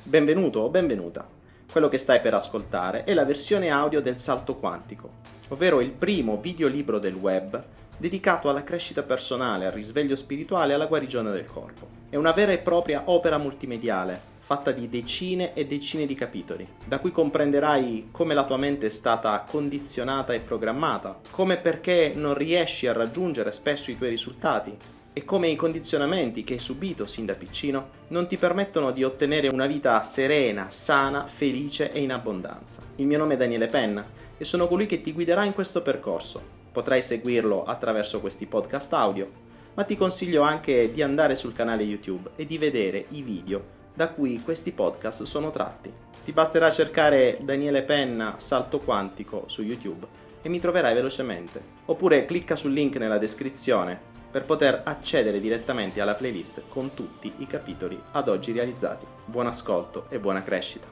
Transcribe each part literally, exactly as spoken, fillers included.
Benvenuto o benvenuta. Quello che stai per ascoltare è la versione audio del Salto Quantico, ovvero il primo videolibro del web dedicato alla crescita personale, al risveglio spirituale e alla guarigione del corpo. È una vera e propria opera multimediale, fatta di decine e decine di capitoli, da cui comprenderai come la tua mente è stata condizionata e programmata, come e perché non riesci a raggiungere spesso i tuoi risultati, e come i condizionamenti che hai subito sin da piccino non ti permettono di ottenere una vita serena, sana, felice e in abbondanza. Il mio nome è Daniele Penna e sono colui che ti guiderà in questo percorso. Potrai seguirlo attraverso questi podcast audio, ma ti consiglio anche di andare sul canale YouTube e di vedere i video da cui questi podcast sono tratti. Ti basterà cercare Daniele Penna Salto Quantico su YouTube e mi troverai velocemente. Oppure clicca sul link nella descrizione per poter accedere direttamente alla playlist con tutti i capitoli ad oggi realizzati. Buon ascolto e buona crescita.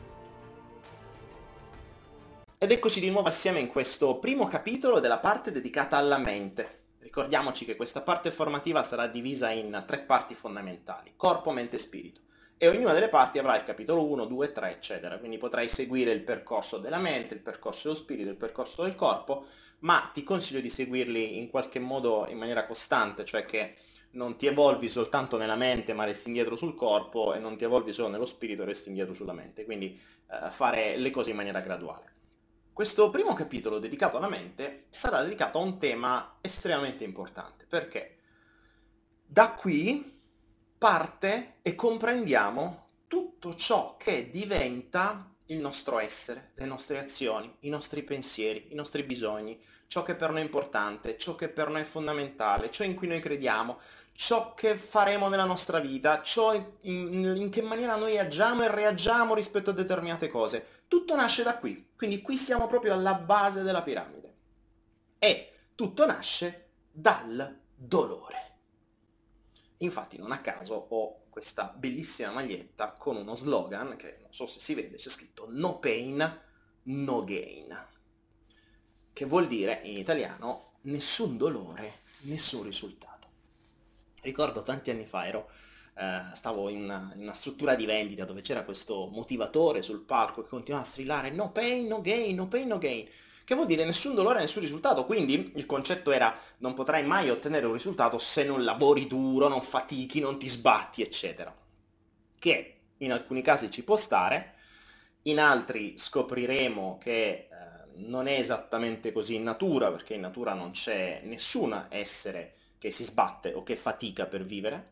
Ed eccoci di nuovo assieme in questo primo capitolo della parte dedicata alla mente. Ricordiamoci che questa parte formativa sarà divisa in tre parti fondamentali: corpo, mente e spirito. E ognuna delle parti avrà il capitolo uno, due, tre, eccetera. Quindi potrai seguire il percorso della mente, il percorso dello spirito, il percorso del corpo, ma ti consiglio di seguirli in qualche modo in maniera costante, cioè che non ti evolvi soltanto nella mente ma resti indietro sul corpo, e non ti evolvi solo nello spirito e resti indietro sulla mente. Quindi eh, fare le cose in maniera graduale. Questo primo capitolo dedicato alla mente sarà dedicato a un tema estremamente importante, perché da qui parte e comprendiamo tutto ciò che diventa il nostro essere, le nostre azioni, i nostri pensieri, i nostri bisogni, ciò che per noi è importante, ciò che per noi è fondamentale, ciò in cui noi crediamo, ciò che faremo nella nostra vita, ciò in, in che maniera noi agiamo e reagiamo rispetto a determinate cose. Tutto nasce da qui, quindi qui siamo proprio alla base della piramide. E tutto nasce dal dolore. Infatti non a caso ho questa bellissima maglietta con uno slogan che non so se si vede, c'è scritto "No pain, no gain", che vuol dire in italiano nessun dolore, nessun risultato. Ricordo tanti anni fa ero, eh, stavo in una, in una struttura di vendita dove c'era questo motivatore sul palco che continuava a strillare "No pain, no gain, no pain, no gain", che vuol dire nessun dolore, nessun risultato. Quindi il concetto era: non potrai mai ottenere un risultato se non lavori duro, non fatichi, non ti sbatti, eccetera. Che in alcuni casi ci può stare, in altri scopriremo che eh, non è esattamente così in natura, perché in natura non c'è nessun essere che si sbatte o che fatica per vivere,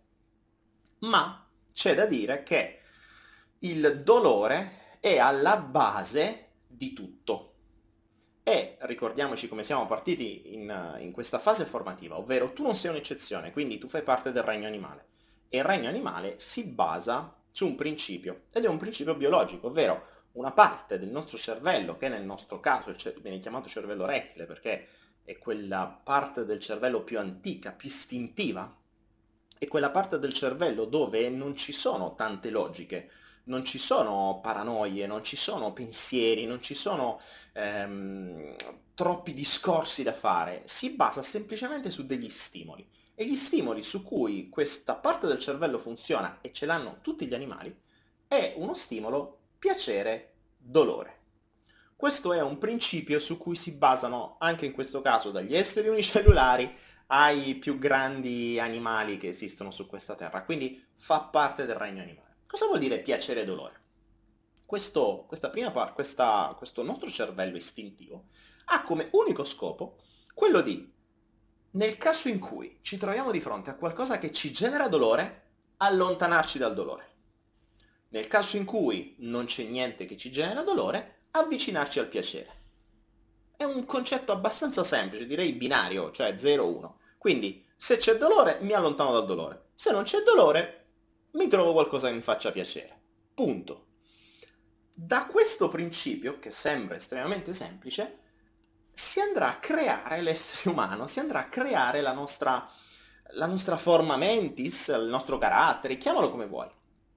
ma c'è da dire che il dolore è alla base di tutto. E ricordiamoci come siamo partiti in, in questa fase formativa, ovvero tu non sei un'eccezione, quindi tu fai parte del regno animale. E il regno animale si basa su un principio, ed è un principio biologico, ovvero una parte del nostro cervello, che nel nostro caso viene chiamato cervello rettile perché è quella parte del cervello più antica, più istintiva, è quella parte del cervello dove non ci sono tante logiche, non ci sono paranoie, non ci sono pensieri, non ci sono ehm, troppi discorsi da fare, si basa semplicemente su degli stimoli. E gli stimoli su cui questa parte del cervello funziona, e ce l'hanno tutti gli animali, è uno stimolo piacere-dolore. Questo è un principio su cui si basano, anche in questo caso, dagli esseri unicellulari ai più grandi animali che esistono su questa terra, quindi fa parte del regno animale. Cosa vuol dire piacere e dolore? Questo, questa prima parte, questa, questo nostro cervello istintivo ha come unico scopo quello di, nel caso in cui ci troviamo di fronte a qualcosa che ci genera dolore, allontanarci dal dolore. Nel caso in cui non c'è niente che ci genera dolore, avvicinarci al piacere. È un concetto abbastanza semplice, direi binario, cioè zero uno. Quindi, se c'è dolore, mi allontano dal dolore. Se non c'è dolore, mi trovo qualcosa che mi faccia piacere. Punto. Da questo principio, che sembra estremamente semplice, si andrà a creare l'essere umano, si andrà a creare la nostra, la nostra forma mentis, il nostro carattere, chiamalo come vuoi.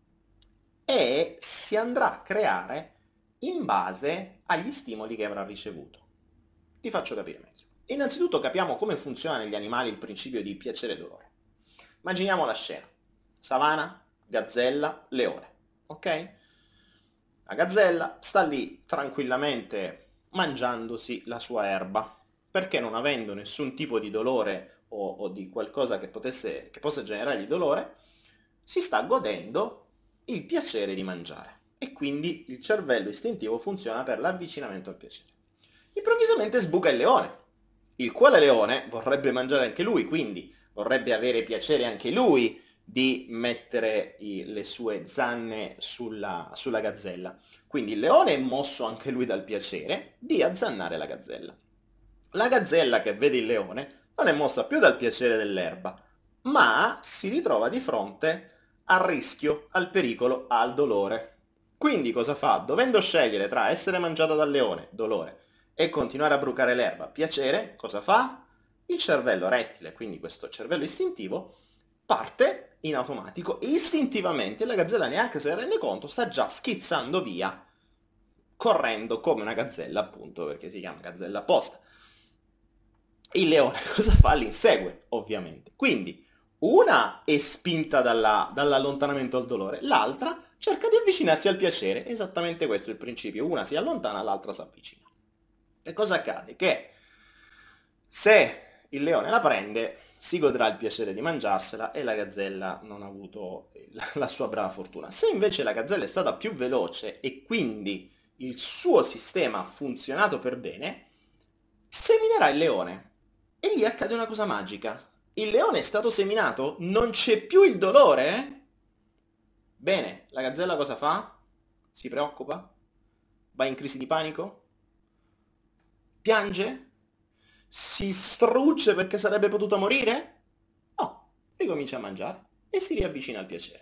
E si andrà a creare in base agli stimoli che avrà ricevuto. Ti faccio capire meglio. Innanzitutto capiamo come funziona negli animali il principio di piacere e dolore. Immaginiamo la scena. Savana, gazzella, leone. Ok? La gazzella sta lì tranquillamente mangiandosi la sua erba, perché non avendo nessun tipo di dolore o, o di qualcosa che, potesse, che possa generargli dolore, si sta godendo il piacere di mangiare. E quindi il cervello istintivo funziona per l'avvicinamento al piacere. Improvvisamente sbuca il leone, il quale leone vorrebbe mangiare anche lui, quindi vorrebbe avere piacere anche lui di mettere i, le sue zanne sulla, sulla gazzella. Quindi il leone è mosso anche lui dal piacere di azzannare la gazzella. La gazzella che vede il leone non è mossa più dal piacere dell'erba, ma si ritrova di fronte al rischio, al pericolo, al dolore. Quindi cosa fa? Dovendo scegliere tra essere mangiata dal leone, dolore, e continuare a brucare l'erba, piacere, cosa fa? Il cervello rettile, quindi questo cervello istintivo, parte in automatico e istintivamente la gazzella, neanche se ne rende conto, sta già schizzando via, correndo come una gazzella, appunto, perché si chiama gazzella apposta. Il leone cosa fa? Li insegue, ovviamente. Quindi una è spinta dalla, dall'allontanamento al dolore, l'altra cerca di avvicinarsi al piacere. Esattamente questo è il principio. Una si allontana, l'altra si avvicina. E cosa accade? Che se il leone la prende, si godrà il piacere di mangiarsela e la gazzella non ha avuto la sua brava fortuna. Se invece la gazzella è stata più veloce e quindi il suo sistema ha funzionato per bene, seminerà il leone. E lì accade una cosa magica. Il leone è stato seminato, non c'è più il dolore, eh? Bene, la gazzella cosa fa? Si preoccupa? Va in crisi di panico? Piange? Si strugge perché sarebbe potuta morire? No, ricomincia a mangiare e si riavvicina al piacere.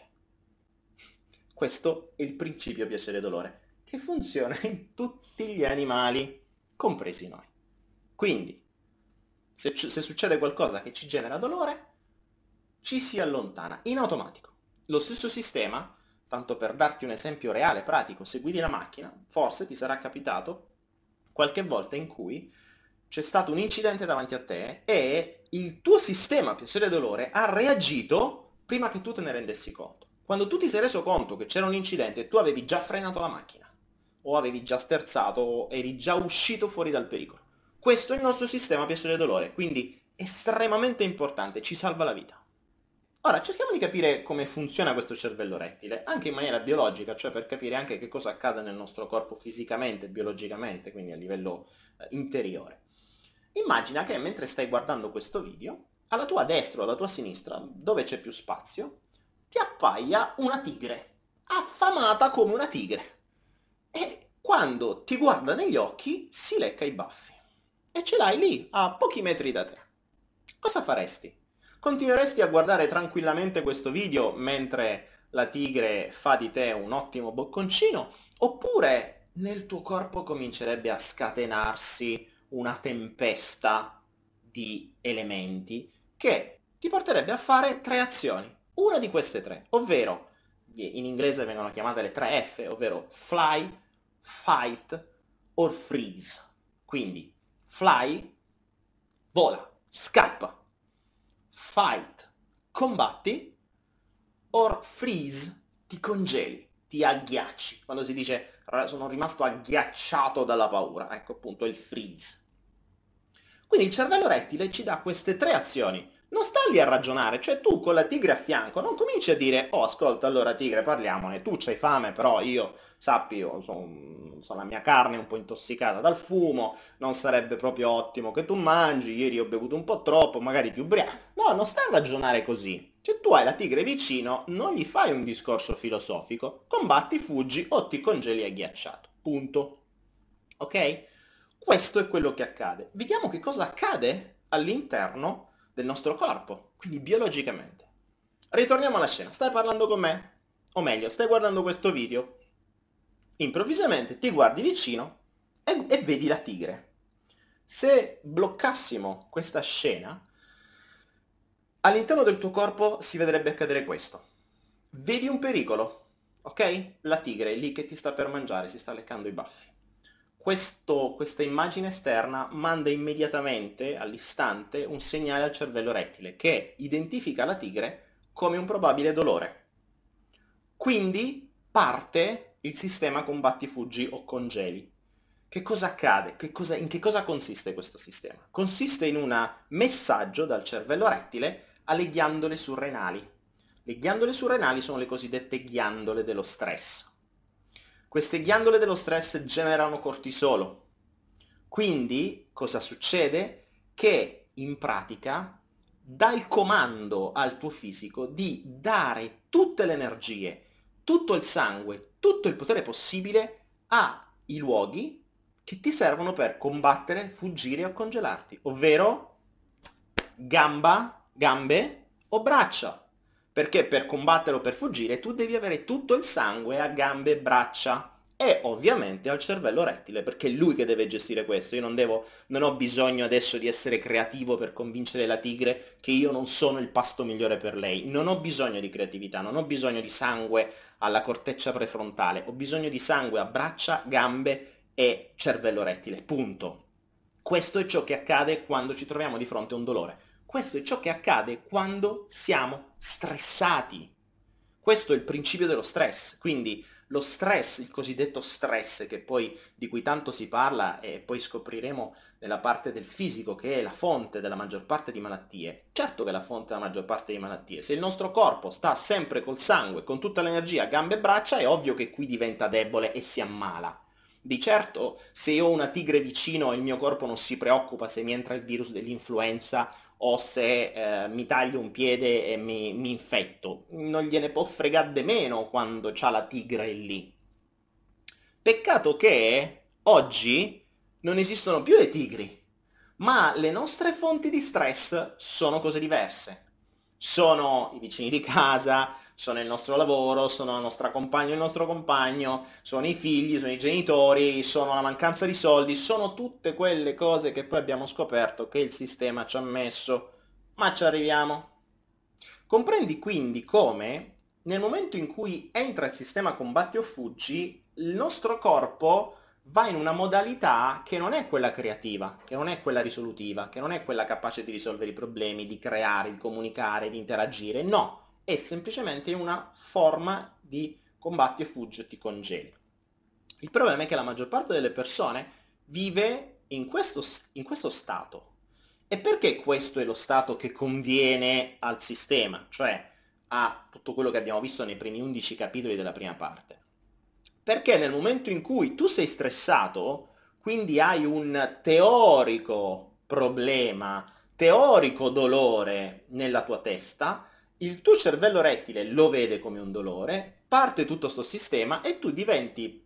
Questo è il principio piacere-dolore, che funziona in tutti gli animali, compresi noi. Quindi, se, se succede qualcosa che ci genera dolore, ci si allontana in automatico. Lo stesso sistema, tanto per darti un esempio reale, pratico, se guidi la macchina, forse ti sarà capitato qualche volta in cui c'è stato un incidente davanti a te e il tuo sistema piacere-dolore ha reagito prima che tu te ne rendessi conto. Quando tu ti sei reso conto che c'era un incidente, tu avevi già frenato la macchina, o avevi già sterzato, o eri già uscito fuori dal pericolo. Questo è il nostro sistema piacere-dolore, quindi estremamente importante, ci salva la vita. Ora, cerchiamo di capire come funziona questo cervello rettile, anche in maniera biologica, cioè per capire anche che cosa accade nel nostro corpo fisicamente, biologicamente, quindi a livello eh, interiore. Immagina che mentre stai guardando questo video, alla tua destra o alla tua sinistra, dove c'è più spazio, ti appaia una tigre, affamata come una tigre. E quando ti guarda negli occhi, si lecca i baffi. E ce l'hai lì, a pochi metri da te. Cosa faresti? Continueresti a guardare tranquillamente questo video mentre la tigre fa di te un ottimo bocconcino? Oppure nel tuo corpo comincerebbe a scatenarsi una tempesta di elementi che ti porterebbe a fare tre azioni? Una di queste tre, ovvero, in inglese vengono chiamate le tre F, ovvero fly, fight or freeze. Quindi, fly, vola, scappa. Fight, combatti, or freeze, ti congeli, ti agghiacci. Quando si dice sono rimasto agghiacciato dalla paura, ecco appunto il freeze. Quindi il cervello rettile ci dà queste tre azioni. Non sta lì a ragionare, cioè tu con la tigre a fianco non cominci a dire oh ascolta allora tigre parliamone, tu c'hai fame però io, sappi, io sono, so, la mia carne è un po' intossicata dal fumo, non sarebbe proprio ottimo che tu mangi, ieri ho bevuto un po' troppo, magari più ubriaco. No, non sta a ragionare così. Cioè tu hai la tigre vicino, non gli fai un discorso filosofico, combatti, fuggi o ti congeli agghiacciato. Punto. Ok? Questo è quello che accade. Vediamo che cosa accade all'interno del nostro corpo, quindi biologicamente. Ritorniamo alla scena. Stai parlando con me? O meglio, stai guardando questo video. Improvvisamente ti guardi vicino e, e vedi la tigre. Se bloccassimo questa scena, all'interno del tuo corpo si vedrebbe accadere questo. Vedi un pericolo, ok? La tigre è lì che ti sta per mangiare, si sta leccando i baffi. Questo, questa immagine esterna manda immediatamente, all'istante, un segnale al cervello rettile che identifica la tigre come un probabile dolore. Quindi parte il sistema combatti, fuggi o congeli. Che cosa accade? Che cosa, in che cosa consiste questo sistema? Consiste in un messaggio dal cervello rettile alle ghiandole surrenali. Le ghiandole surrenali sono le cosiddette ghiandole dello stress. Queste ghiandole dello stress generano cortisolo. Quindi cosa succede? Che in pratica dà il comando al tuo fisico di dare tutte le energie, tutto il sangue, tutto il potere possibile ai luoghi che ti servono per combattere, fuggire o congelarti, ovvero gamba, gambe o braccia. Perché per combattere o per fuggire tu devi avere tutto il sangue a gambe e braccia. E ovviamente al cervello rettile, perché è lui che deve gestire questo. Io non devo, non ho bisogno adesso di essere creativo per convincere la tigre che io non sono il pasto migliore per lei. Non ho bisogno di creatività, non ho bisogno di sangue alla corteccia prefrontale, ho bisogno di sangue a braccia, gambe e cervello rettile, punto. Questo è ciò che accade quando ci troviamo di fronte a un dolore. Questo è ciò che accade quando siamo stressati. Questo è il principio dello stress, quindi lo stress, il cosiddetto stress, che poi, di cui tanto si parla e poi scopriremo nella parte del fisico che è la fonte della maggior parte di malattie. Certo che è la fonte della maggior parte di malattie. Se il nostro corpo sta sempre col sangue, con tutta l'energia a gambe e braccia, è ovvio che qui diventa debole e si ammala. Di certo, se io ho una tigre vicino e il mio corpo non si preoccupa se mi entra il virus dell'influenza o se eh, mi taglio un piede e mi, mi infetto. Non gliene può fregare de meno quando c'ha la tigre lì. Peccato che oggi non esistono più le tigri, ma le nostre fonti di stress sono cose diverse. Sono i vicini di casa, sono il nostro lavoro, sono la nostra compagna e il nostro compagno, sono i figli, sono i genitori, sono la mancanza di soldi, sono tutte quelle cose che poi abbiamo scoperto che il sistema ci ha messo, ma ci arriviamo. Comprendi quindi come nel momento in cui entra il sistema combatti o fuggi, il nostro corpo va in una modalità che non è quella creativa, che non è quella risolutiva, che non è quella capace di risolvere i problemi, di creare, di comunicare, di interagire, no, è semplicemente una forma di combatti e fuggi o ti congeli. Il problema è che la maggior parte delle persone vive in questo, in questo stato. E perché questo è lo stato che conviene al sistema, cioè a tutto quello che abbiamo visto nei primi undici capitoli della prima parte? Perché nel momento in cui tu sei stressato, quindi hai un teorico problema, teorico dolore nella tua testa, il tuo cervello rettile lo vede come un dolore, parte tutto sto sistema e tu diventi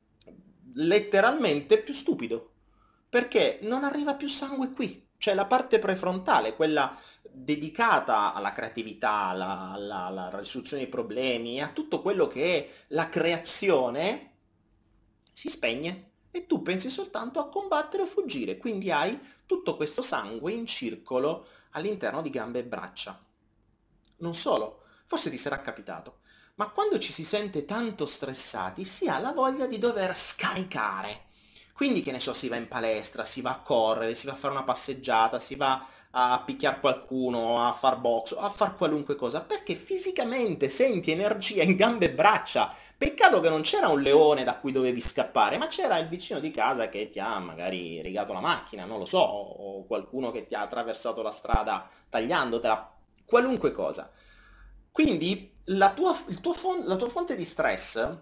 letteralmente più stupido, perché non arriva più sangue qui. Cioè la parte prefrontale, quella dedicata alla creatività, alla, alla, alla risoluzione dei problemi, a tutto quello che è la creazione, si spegne e tu pensi soltanto a combattere o fuggire, quindi hai tutto questo sangue in circolo all'interno di gambe e braccia. Non solo, forse ti sarà capitato, ma quando ci si sente tanto stressati si ha la voglia di dover scaricare. Quindi, che ne so, si va in palestra, si va a correre, si va a fare una passeggiata, si va a picchiare qualcuno, a far box, a far qualunque cosa, perché fisicamente senti energia in gambe e braccia. Peccato che non c'era un leone da cui dovevi scappare, ma c'era il vicino di casa che ti ha magari rigato la macchina, non lo so, o qualcuno che ti ha attraversato la strada tagliandotela, qualunque cosa. Quindi la tua, il tuo fon- la tua fonte di stress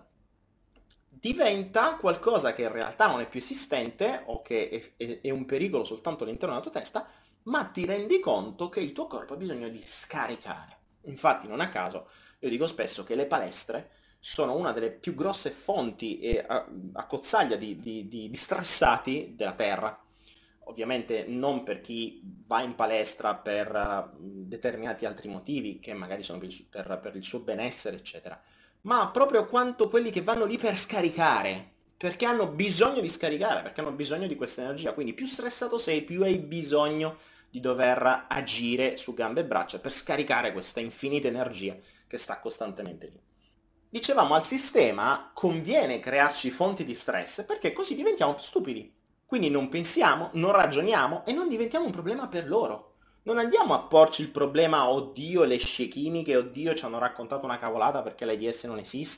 diventa qualcosa che in realtà non è più esistente o che è, è- è un pericolo soltanto all'interno della tua testa, ma ti rendi conto che il tuo corpo ha bisogno di scaricare. Infatti, non a caso, io dico spesso che le palestre sono una delle più grosse fonti e a, a cozzaglia di, di- di- di stressati della Terra. Ovviamente non per chi va in palestra per eh, determinati altri motivi, che magari sono per il, su- per- per il suo benessere, eccetera, ma proprio quanto quelli che vanno lì per scaricare, perché hanno bisogno di scaricare, perché hanno bisogno di questa energia. Quindi più stressato sei, più hai bisogno di dover agire su gambe e braccia per scaricare questa infinita energia che sta costantemente lì. Dicevamo, al sistema conviene crearci fonti di stress perché così diventiamo più stupidi. Quindi non pensiamo, non ragioniamo e non diventiamo un problema per loro. Non andiamo a porci il problema, oddio, le scie chimiche, oddio, ci hanno raccontato una cavolata perché l'AIDS non esiste,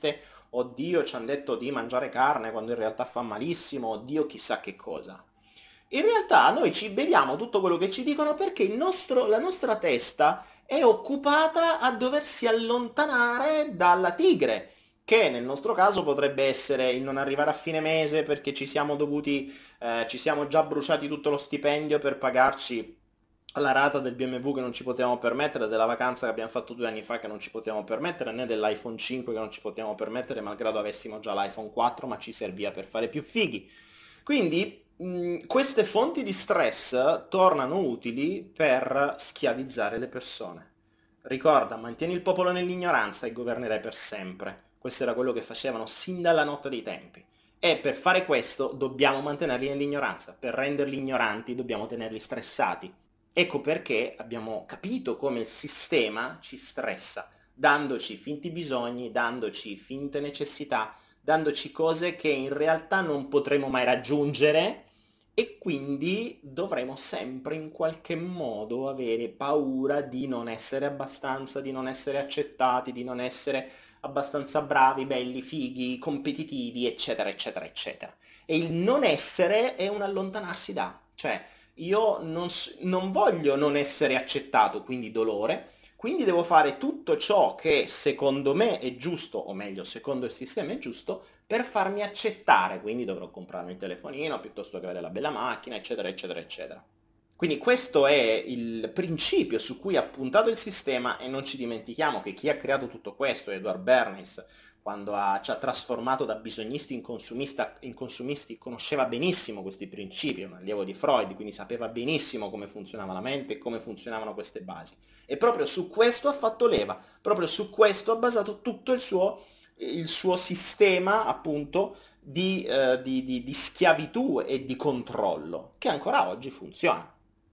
oddio ci hanno detto di mangiare carne quando in realtà fa malissimo, oddio chissà che cosa. In realtà noi ci beviamo tutto quello che ci dicono perché il nostro- la nostra testa è occupata a doversi allontanare dalla tigre, che nel nostro caso potrebbe essere il non arrivare a fine mese perché ci siamo dovuti, eh, ci siamo già bruciati tutto lo stipendio per pagarci la rata del B M W che non ci potevamo permettere, della vacanza che abbiamo fatto due anni fa che non ci potevamo permettere, né dell'iPhone cinque che non ci potevamo permettere, malgrado avessimo già l'iPhone quattro, ma ci serviva per fare più fighi. Quindi mh, queste fonti di stress tornano utili per schiavizzare le persone. Ricorda, mantieni il popolo nell'ignoranza e governerai per sempre. Questo era quello che facevano sin dalla notte dei tempi. E per fare questo dobbiamo mantenerli nell'ignoranza. Per renderli ignoranti dobbiamo tenerli stressati. Ecco perché abbiamo capito come il sistema ci stressa, dandoci finti bisogni, dandoci finte necessità, dandoci cose che in realtà non potremo mai raggiungere e quindi dovremo sempre in qualche modo avere paura di non essere abbastanza, di non essere accettati, di non essere abbastanza bravi, belli, fighi, competitivi, eccetera, eccetera, eccetera. E il non essere è un allontanarsi da, cioè io non, s- non voglio non essere accettato, quindi dolore, quindi devo fare tutto ciò che secondo me è giusto, o meglio, secondo il sistema è giusto, per farmi accettare, quindi dovrò comprarmi il telefonino piuttosto che avere la bella macchina, eccetera, eccetera, eccetera. Quindi questo è il principio su cui ha puntato il sistema e non ci dimentichiamo che chi ha creato tutto questo, Edward Bernays, quando ha- ci ha trasformato da bisognisti in, consumista- in consumisti, conosceva benissimo questi principi, è un allievo di Freud, quindi sapeva benissimo come funzionava la mente e come funzionavano queste basi. E proprio su questo ha fatto leva, proprio su questo ha basato tutto il suo, il suo sistema, appunto, di, eh, di- di- di schiavitù e di controllo, che ancora oggi funziona.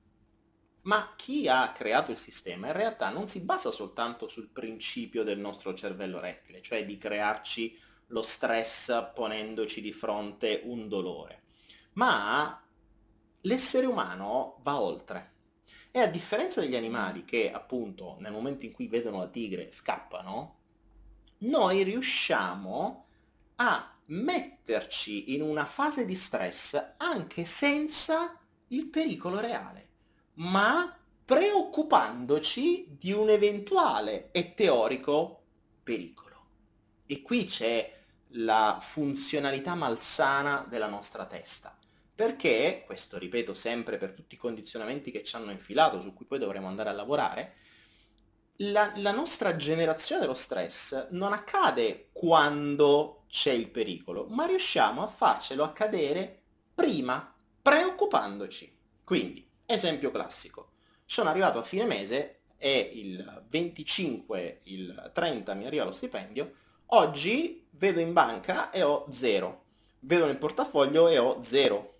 Ma chi ha creato il sistema in realtà non si basa soltanto sul principio del nostro cervello rettile, cioè di crearci lo stress ponendoci di fronte un dolore, ma l'essere umano va oltre. E a differenza degli animali che appunto nel momento in cui vedono la tigre scappano, noi riusciamo a metterci in una fase di stress anche senza il pericolo reale, ma preoccupandoci di un eventuale e teorico pericolo. E qui c'è la funzionalità malsana della nostra testa. Perché, questo ripeto sempre per tutti i condizionamenti che ci hanno infilato, su cui poi dovremo andare a lavorare, la, la nostra generazione dello stress non accade quando c'è il pericolo, ma riusciamo a farcelo accadere prima, preoccupandoci. Quindi, esempio classico, sono arrivato a fine mese e il venticinque, il trenta mi arriva lo stipendio, oggi vedo in banca e ho zero, vedo nel portafoglio e ho zero,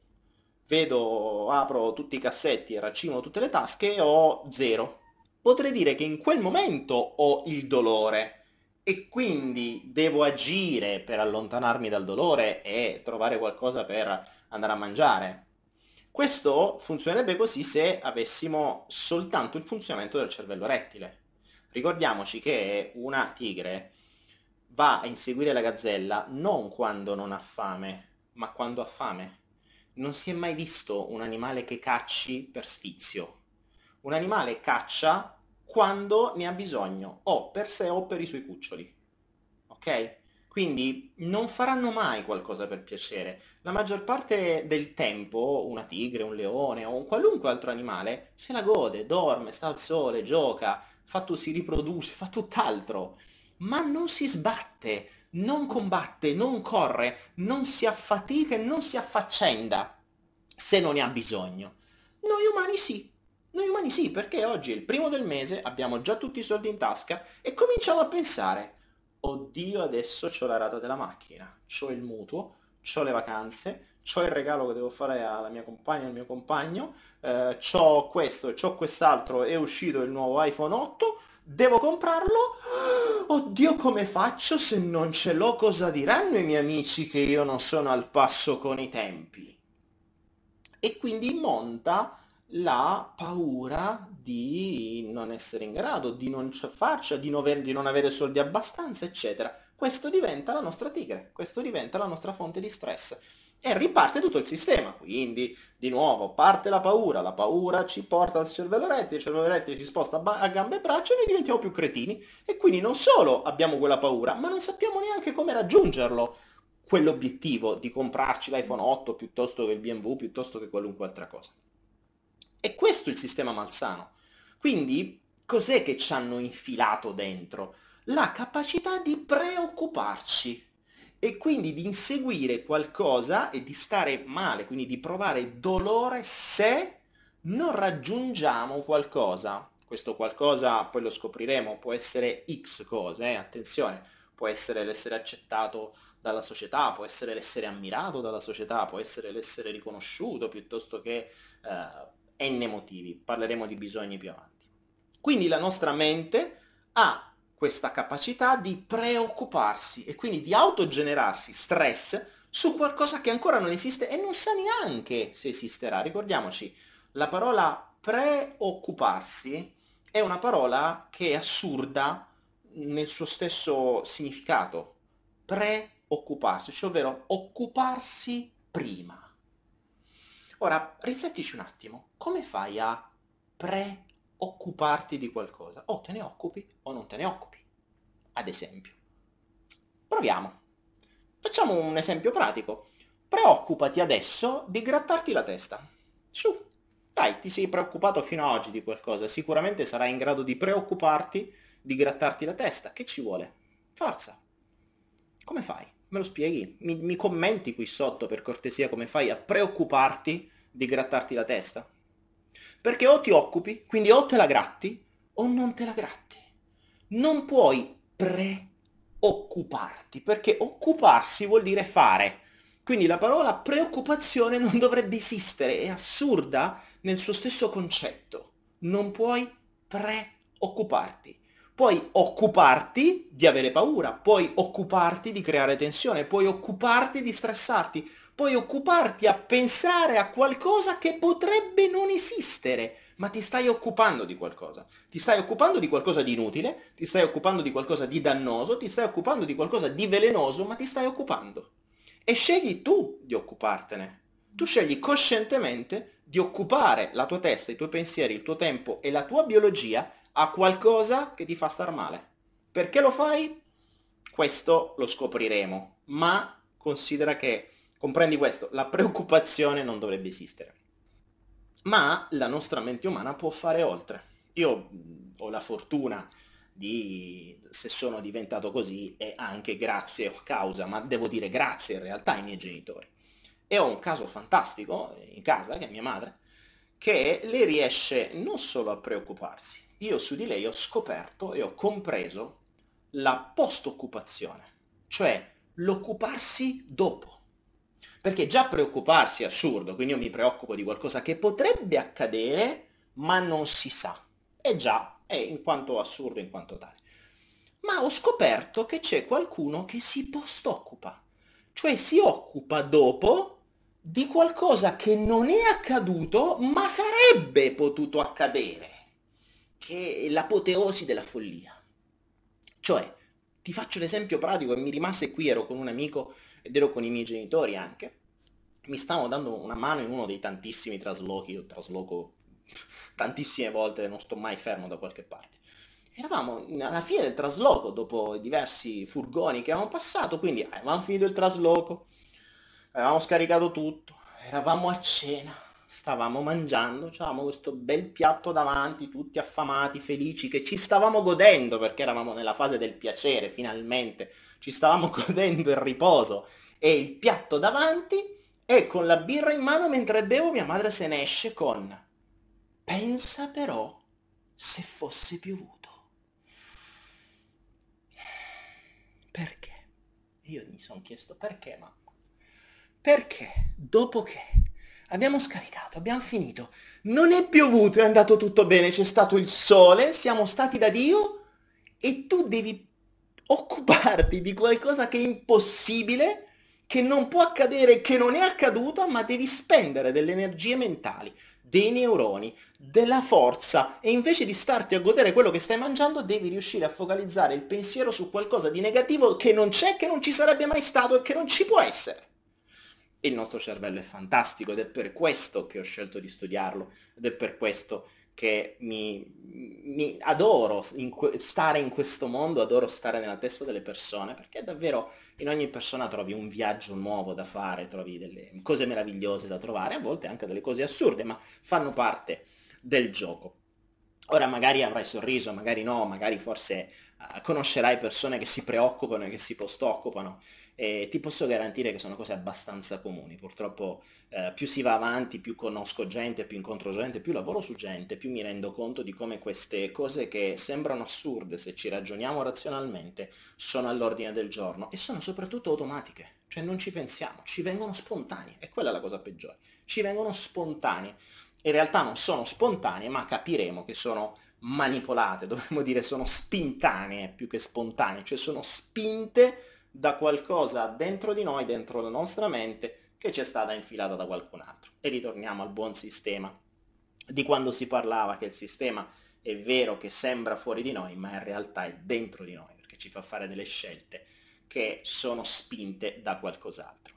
vedo, apro tutti i cassetti e raccimo tutte le tasche e ho zero. Potrei dire che in quel momento ho il dolore e quindi devo agire per allontanarmi dal dolore e trovare qualcosa per andare a mangiare. Questo funzionerebbe così se avessimo soltanto il funzionamento del cervello rettile. Ricordiamoci che una tigre va a inseguire la gazzella non quando non ha fame, ma quando ha fame. Non si è mai visto un animale che cacci per sfizio. Un animale caccia quando ne ha bisogno, o per sé o per i suoi cuccioli. Ok? Quindi non faranno mai qualcosa per piacere. La maggior parte del tempo una tigre, un leone o un qualunque altro animale se la gode, dorme, sta al sole, gioca, fa tu- si riproduce, fa tutt'altro. Ma non si sbatte, non combatte, non corre, non si affatica e non si affaccenda se non ne ha bisogno. Noi umani sì. Noi umani sì, perché oggi è il primo del mese, abbiamo già tutti i soldi in tasca e cominciamo a pensare, oddio adesso c'ho la rata della macchina, c'ho il mutuo, c'ho le vacanze, c'ho il regalo che devo fare alla mia compagna, al mio compagno, eh, c'ho questo, c'ho quest'altro, è uscito il nuovo iPhone otto, devo comprarlo? Oddio come faccio se non ce l'ho? Cosa diranno i miei amici che io non sono al passo con i tempi? E quindi monta la paura di non essere in grado, di non ce farcela, di non aver- di non avere soldi abbastanza, eccetera. questo diventa la nostra tigre, questo diventa la nostra fonte di stress. E riparte tutto il sistema, quindi di nuovo parte la paura, la paura ci porta al cervello rettile, il cervello rettile ci sposta a, a gambe e braccia e noi diventiamo più cretini e quindi non solo abbiamo quella paura, ma non sappiamo neanche come raggiungerlo, quell'obiettivo di comprarci l'iPhone otto piuttosto che il B M W, piuttosto che qualunque altra cosa. E questo è il sistema malsano. Quindi cos'è che ci hanno infilato dentro? La capacità di preoccuparci e quindi di inseguire qualcosa e di stare male, quindi di provare dolore se non raggiungiamo qualcosa. Questo qualcosa, poi lo scopriremo, può essere X cose, eh? Attenzione, può essere l'essere accettato dalla società, può essere l'essere ammirato dalla società, può essere l'essere riconosciuto, piuttosto che eh, n motivi. Parleremo di bisogni più avanti. Quindi la nostra mente ha questa capacità di preoccuparsi e quindi di autogenerarsi stress su qualcosa che ancora non esiste e non sa neanche se esisterà. Ricordiamoci, la parola preoccuparsi è una parola che è assurda nel suo stesso significato. Preoccuparsi, cioè ovvero occuparsi prima. Ora, riflettici un attimo, come fai a preoccuparsi? occuparti di qualcosa, o te ne occupi o non te ne occupi, ad esempio. Proviamo. Facciamo un esempio pratico. Preoccupati adesso di grattarti la testa. Su, dai, ti sei preoccupato fino ad oggi di qualcosa, sicuramente sarai in grado di preoccuparti di grattarti la testa. Che ci vuole? Forza. Come fai? Me lo spieghi? Mi, mi commenti qui sotto per cortesia come fai a preoccuparti di grattarti la testa? Perché o ti occupi, quindi o te la gratti, o non te la gratti. Non puoi preoccuparti, perché occuparsi vuol dire fare. Quindi la parola preoccupazione non dovrebbe esistere, è assurda nel suo stesso concetto. Non puoi preoccuparti. Puoi occuparti di avere paura, puoi occuparti di creare tensione, puoi occuparti di stressarti, puoi occuparti a pensare a qualcosa che potrebbe non esistere, ma ti stai occupando di qualcosa. Ti stai occupando di qualcosa di inutile, ti stai occupando di qualcosa di dannoso, ti stai occupando di qualcosa di velenoso, ma ti stai occupando. E scegli tu di occupartene. Tu scegli coscientemente di occupare la tua testa, i tuoi pensieri, il tuo tempo e la tua biologia a qualcosa che ti fa star male. Perché lo fai? Questo lo scopriremo, ma considera che, comprendi questo, la preoccupazione non dovrebbe esistere. Ma la nostra mente umana può fare oltre. Io ho la fortuna di, se sono diventato così, è anche grazie o causa, ma devo dire grazie in realtà ai miei genitori. E ho un caso fantastico in casa, che è mia madre, che lei riesce non solo a preoccuparsi. Io su di lei ho scoperto e ho compreso la post-occupazione, cioè l'occuparsi dopo. Perché già preoccuparsi è assurdo, quindi io mi preoccupo di qualcosa che potrebbe accadere, ma non si sa. E già è in quanto assurdo, in quanto tale. Ma ho scoperto che c'è qualcuno che si post-occupa, cioè si occupa dopo di qualcosa che non è accaduto, ma sarebbe potuto accadere, che è l'apoteosi della follia. Cioè, ti faccio l'esempio pratico, e mi rimase qui, ero con un amico ed ero con i miei genitori anche, mi stavano dando una mano in uno dei tantissimi traslochi, io trasloco tantissime volte, non sto mai fermo da qualche parte. Eravamo alla fine del trasloco, dopo diversi furgoni che avevamo passato, quindi avevamo finito il trasloco, avevamo scaricato tutto, eravamo a cena, stavamo mangiando, avevamo questo bel piatto davanti, tutti affamati, felici, che ci stavamo godendo, perché eravamo nella fase del piacere, finalmente, ci stavamo godendo il riposo, e il piatto davanti, e con la birra in mano mentre bevo mia madre se ne esce con: pensa però se fosse piovuto. Perché? Io mi sono chiesto perché, ma perché dopo che abbiamo scaricato, abbiamo finito, non è piovuto, è andato tutto bene, c'è stato il sole, siamo stati da Dio, e tu devi occuparti di qualcosa che è impossibile, che non può accadere, che non è accaduto, ma devi spendere delle energie mentali, dei neuroni, della forza, e invece di starti a godere quello che stai mangiando devi riuscire a focalizzare il pensiero su qualcosa di negativo che non c'è, che non ci sarebbe mai stato e che non ci può essere. Il nostro cervello è fantastico ed è per questo che ho scelto di studiarlo, ed è per questo che mi, mi adoro in que- stare in questo mondo, adoro stare nella testa delle persone, perché davvero in ogni persona trovi un viaggio nuovo da fare, trovi delle cose meravigliose da trovare, a volte anche delle cose assurde, ma fanno parte del gioco. Ora magari avrai sorriso, magari no, magari forse uh, conoscerai persone che si preoccupano e che si postoccupano, e ti posso garantire che sono cose abbastanza comuni. Purtroppo eh, più si va avanti, più conosco gente, più incontro gente, più lavoro su gente, più mi rendo conto di come queste cose che sembrano assurde se ci ragioniamo razionalmente sono all'ordine del giorno e sono soprattutto automatiche, cioè non ci pensiamo, ci vengono spontanee, e quella è la cosa peggiore, ci vengono spontanee. In realtà non sono spontanee, ma capiremo che sono manipolate, dovremmo dire sono spintanee più che spontanee, cioè sono spinte da qualcosa dentro di noi, dentro la nostra mente, che ci è stata infilata da qualcun altro. E ritorniamo al buon sistema di quando si parlava che il sistema è vero che sembra fuori di noi, ma in realtà è dentro di noi, perché ci fa fare delle scelte che sono spinte da qualcos'altro.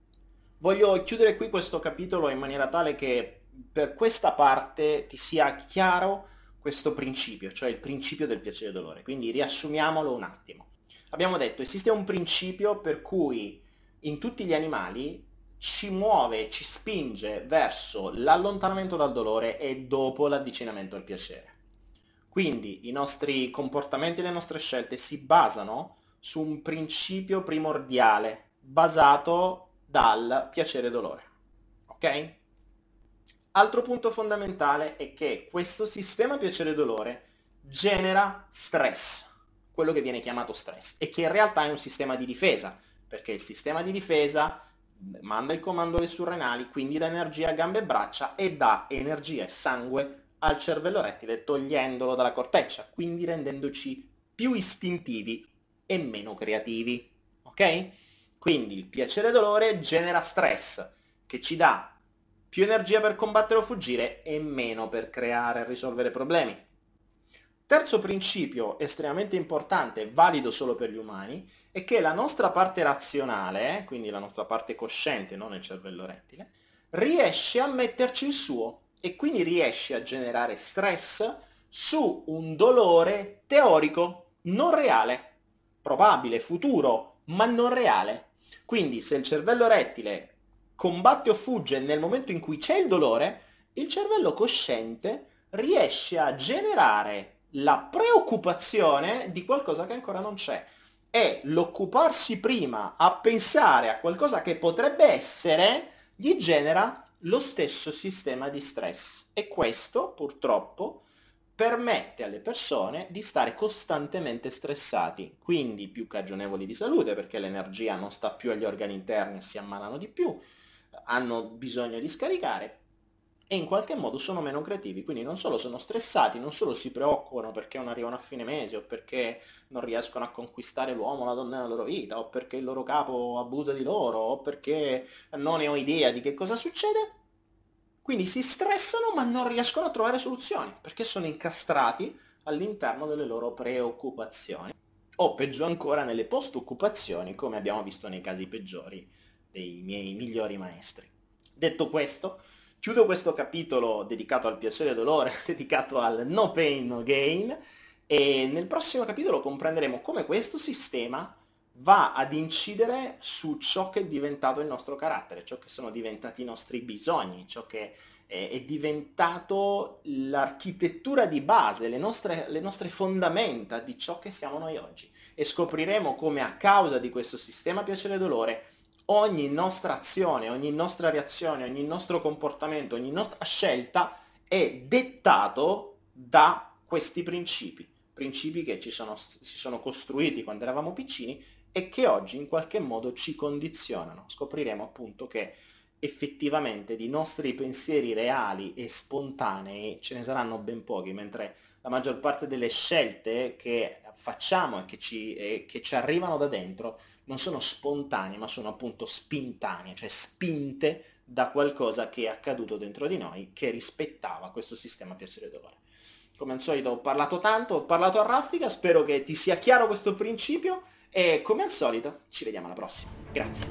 Voglio chiudere qui questo capitolo in maniera tale che per questa parte ti sia chiaro questo principio, cioè il principio del piacere e dolore. Quindi riassumiamolo un attimo. Abbiamo detto, esiste un principio per cui in tutti gli animali ci muove, ci spinge verso l'allontanamento dal dolore e dopo l'avvicinamento al piacere. Quindi i nostri comportamenti e le nostre scelte si basano su un principio primordiale, basato dal piacere e dolore. Ok? Altro punto fondamentale è che questo sistema piacere e dolore genera stress, quello che viene chiamato stress, e che in realtà è un sistema di difesa, perché il sistema di difesa manda il comando alle surrenali, quindi dà energia a gambe e braccia e dà energia e sangue al cervello rettile, togliendolo dalla corteccia, quindi rendendoci più istintivi e meno creativi. Ok? Quindi il piacere e dolore genera stress, che ci dà più energia per combattere o fuggire e meno per creare e risolvere problemi. Terzo principio estremamente importante e valido solo per gli umani è che la nostra parte razionale, quindi la nostra parte cosciente, non il cervello rettile, riesce a metterci il suo e quindi riesce a generare stress su un dolore teorico, non reale, probabile, futuro, ma non reale. Quindi se il cervello rettile combatte o fugge nel momento in cui c'è il dolore, il cervello cosciente riesce a generare la preoccupazione di qualcosa che ancora non c'è. E l'occuparsi prima a pensare a qualcosa che potrebbe essere gli genera lo stesso sistema di stress. E questo, purtroppo, permette alle persone di stare costantemente stressati, quindi più cagionevoli di salute, perché l'energia non sta più agli organi interni e si ammalano di più, hanno bisogno di scaricare, e in qualche modo sono meno creativi, quindi non solo sono stressati, non solo si preoccupano perché non arrivano a fine mese o perché non riescono a conquistare l'uomo o la donna nella loro vita o perché il loro capo abusa di loro o perché non ne ho idea di che cosa succede, quindi si stressano ma non riescono a trovare soluzioni perché sono incastrati all'interno delle loro preoccupazioni o peggio ancora nelle post-occupazioni, come abbiamo visto nei casi peggiori dei miei migliori maestri. Detto questo, chiudo questo capitolo dedicato al piacere e dolore, dedicato al no pain no gain, e nel prossimo capitolo comprenderemo come questo sistema va ad incidere su ciò che è diventato il nostro carattere, ciò che sono diventati i nostri bisogni, ciò che è, è diventato l'architettura di base, le nostre, le nostre fondamenta di ciò che siamo noi oggi. E scopriremo come a causa di questo sistema piacere e dolore ogni nostra azione, ogni nostra reazione, ogni nostro comportamento, ogni nostra scelta è dettato da questi principi, principi che ci sono, si sono costruiti quando eravamo piccini e che oggi in qualche modo ci condizionano. Scopriremo appunto che effettivamente di nostri pensieri reali e spontanei ce ne saranno ben pochi, mentre la maggior parte delle scelte che facciamo e che ci, e che ci arrivano da dentro non sono spontanee, ma sono appunto spintanee, cioè spinte da qualcosa che è accaduto dentro di noi che rispettava questo sistema piacere-dolore. Come al solito ho parlato tanto, ho parlato a raffica, spero che ti sia chiaro questo principio e come al solito ci vediamo alla prossima. Grazie.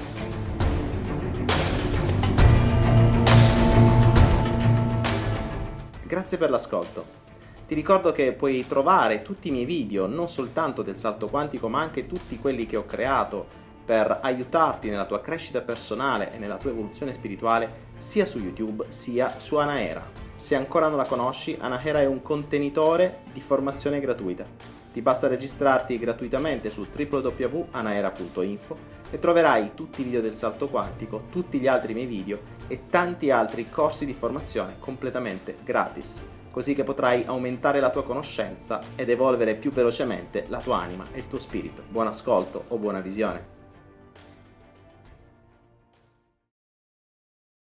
Grazie per l'ascolto. Ti ricordo che puoi trovare tutti i miei video, non soltanto del salto quantico, ma anche tutti quelli che ho creato per aiutarti nella tua crescita personale e nella tua evoluzione spirituale, sia su YouTube sia su Anahera. Se ancora non la conosci, Anahera è un contenitore di formazione gratuita. Ti basta registrarti gratuitamente su w w w punto anahera punto info e troverai tutti i video del salto quantico, tutti gli altri miei video e tanti altri corsi di formazione completamente gratis, così che potrai aumentare la tua conoscenza ed evolvere più velocemente la tua anima e il tuo spirito. Buon ascolto o buona visione!